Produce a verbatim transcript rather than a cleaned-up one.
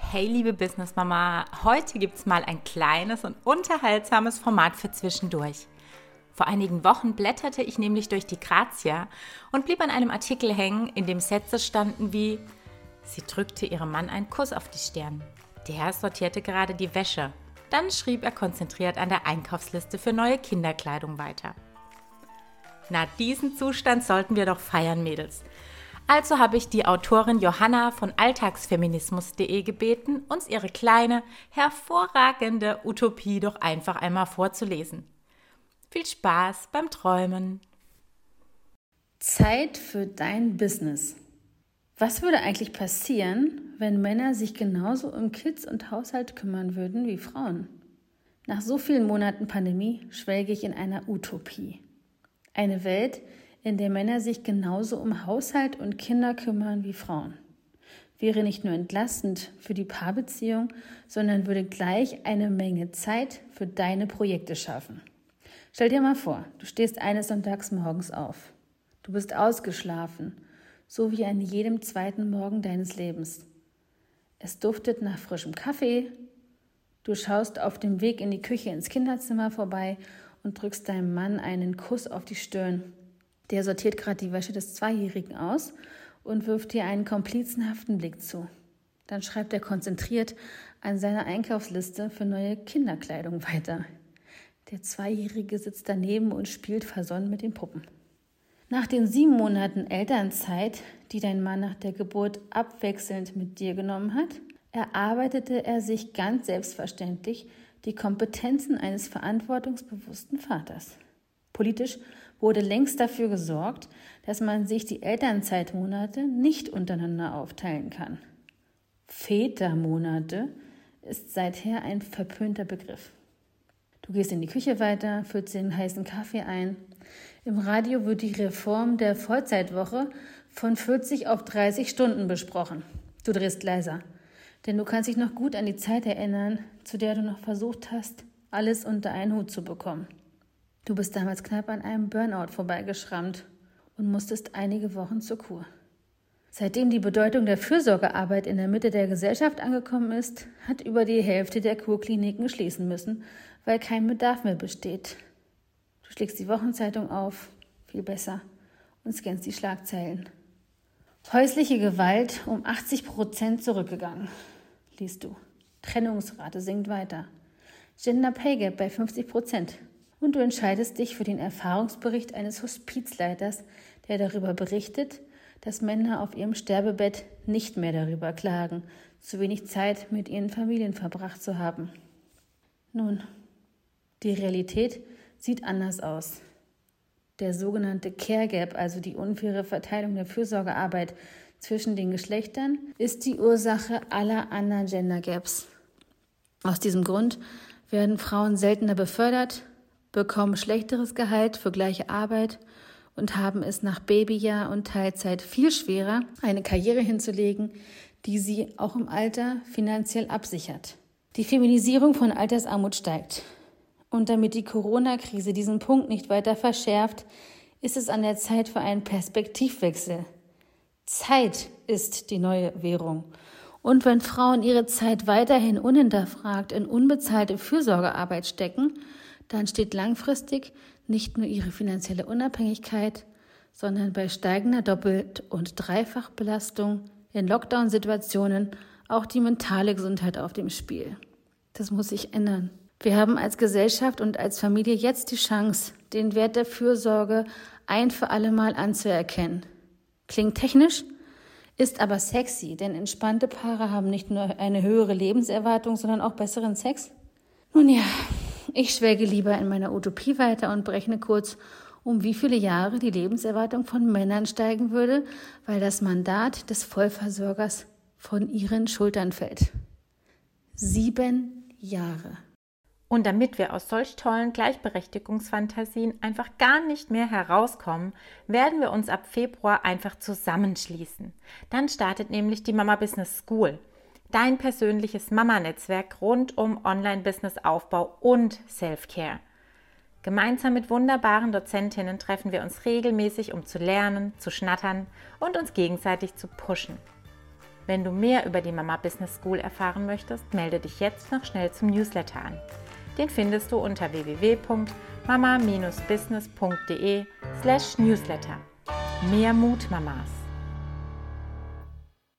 Hey liebe Business Mama, heute gibt es mal ein kleines und unterhaltsames Format für zwischendurch. Vor einigen Wochen blätterte ich nämlich durch die Grazia und blieb an einem Artikel hängen, in dem Sätze standen wie: Sie drückte ihrem Mann einen Kuss auf die Stirn. Der sortierte gerade die Wäsche. Dann schrieb er konzentriert an der Einkaufsliste für neue Kinderkleidung weiter. Na, diesen Zustand sollten wir doch feiern, Mädels. Also habe ich die Autorin Johanna von alltagsfeminismus punkt de gebeten, uns ihre kleine, hervorragende Utopie doch einfach einmal vorzulesen. Viel Spaß beim Träumen! Zeit für dein Business. Was würde eigentlich passieren, wenn Männer sich genauso um Kids und Haushalt kümmern würden wie Frauen? Nach so vielen Monaten Pandemie schwelge ich in einer Utopie. Eine Welt, in der Männer sich genauso um Haushalt und Kinder kümmern wie Frauen. Wäre nicht nur entlastend für die Paarbeziehung, sondern würde gleich eine Menge Zeit für deine Projekte schaffen. Stell dir mal vor, du stehst eines Sonntags morgens auf. Du bist ausgeschlafen, so wie an jedem zweiten Morgen deines Lebens. Es duftet nach frischem Kaffee. Du schaust auf dem Weg in die Küche ins Kinderzimmer vorbei und drückst deinem Mann einen Kuss auf die Stirn. Der sortiert gerade die Wäsche des Zweijährigen aus und wirft dir einen komplizenhaften Blick zu. Dann schreibt er konzentriert an seiner Einkaufsliste für neue Kinderkleidung weiter. Der Zweijährige sitzt daneben und spielt versonnen mit den Puppen. Nach den sieben Monaten Elternzeit, die dein Mann nach der Geburt abwechselnd mit dir genommen hat, erarbeitete er sich ganz selbstverständlich die Kompetenzen eines verantwortungsbewussten Vaters. Politisch wurde längst dafür gesorgt, dass man sich die Elternzeitmonate nicht untereinander aufteilen kann. Vätermonate ist seither ein verpönter Begriff. Du gehst in die Küche weiter, füllst den heißen Kaffee ein. Im Radio wird die Reform der Vollzeitwoche von vierzig auf dreißig Stunden besprochen. Du drehst leiser, denn du kannst dich noch gut an die Zeit erinnern, zu der du noch versucht hast, alles unter einen Hut zu bekommen. Du bist damals knapp an einem Burnout vorbeigeschrammt und musstest einige Wochen zur Kur. Seitdem die Bedeutung der Fürsorgearbeit in der Mitte der Gesellschaft angekommen ist, hat über die Hälfte der Kurkliniken schließen müssen, weil kein Bedarf mehr besteht. Du schlägst die Wochenzeitung auf, viel besser, und scannst die Schlagzeilen. Häusliche Gewalt um achtzig Prozent zurückgegangen, liest du. Trennungsrate sinkt weiter. Gender Pay Gap bei fünfzig Prozent. Und du entscheidest dich für den Erfahrungsbericht eines Hospizleiters, der darüber berichtet, dass Männer auf ihrem Sterbebett nicht mehr darüber klagen, zu wenig Zeit mit ihren Familien verbracht zu haben. Nun, die Realität sieht anders aus. Der sogenannte Care Gap, also die unfaire Verteilung der Fürsorgearbeit zwischen den Geschlechtern, ist die Ursache aller anderen Gender Gaps. Aus diesem Grund werden Frauen seltener befördert, bekommen schlechteres Gehalt für gleiche Arbeit und haben es nach Babyjahr und Teilzeit viel schwerer, eine Karriere hinzulegen, die sie auch im Alter finanziell absichert. Die Feminisierung von Altersarmut steigt. Und damit die Corona-Krise diesen Punkt nicht weiter verschärft, ist es an der Zeit für einen Perspektivwechsel. Zeit ist die neue Währung. Und wenn Frauen ihre Zeit weiterhin unhinterfragt in unbezahlte Fürsorgearbeit stecken, dann steht langfristig nicht nur ihre finanzielle Unabhängigkeit, sondern bei steigender Doppelt- und Dreifachbelastung in Lockdown-Situationen auch die mentale Gesundheit auf dem Spiel. Das muss sich ändern. Wir haben als Gesellschaft und als Familie jetzt die Chance, den Wert der Fürsorge ein für alle Mal anzuerkennen. Klingt technisch, ist aber sexy, denn entspannte Paare haben nicht nur eine höhere Lebenserwartung, sondern auch besseren Sex. Nun ja, ich schwelge lieber in meiner Utopie weiter und berechne kurz, um wie viele Jahre die Lebenserwartung von Männern steigen würde, weil das Mandat des Vollversorgers von ihren Schultern fällt. Sieben Jahre. Und damit wir aus solch tollen Gleichberechtigungsfantasien einfach gar nicht mehr herauskommen, werden wir uns ab Februar einfach zusammenschließen. Dann startet nämlich die Mama Business School. Dein persönliches Mama-Netzwerk rund um Online-Business-Aufbau und Self-Care. Gemeinsam mit wunderbaren Dozentinnen treffen wir uns regelmäßig, um zu lernen, zu schnattern und uns gegenseitig zu pushen. Wenn du mehr über die Mama Business School erfahren möchtest, melde dich jetzt noch schnell zum Newsletter an. Den findest du unter w w w punkt mama Bindestrich business punkt de slash newsletter. Mehr Mut, Mamas!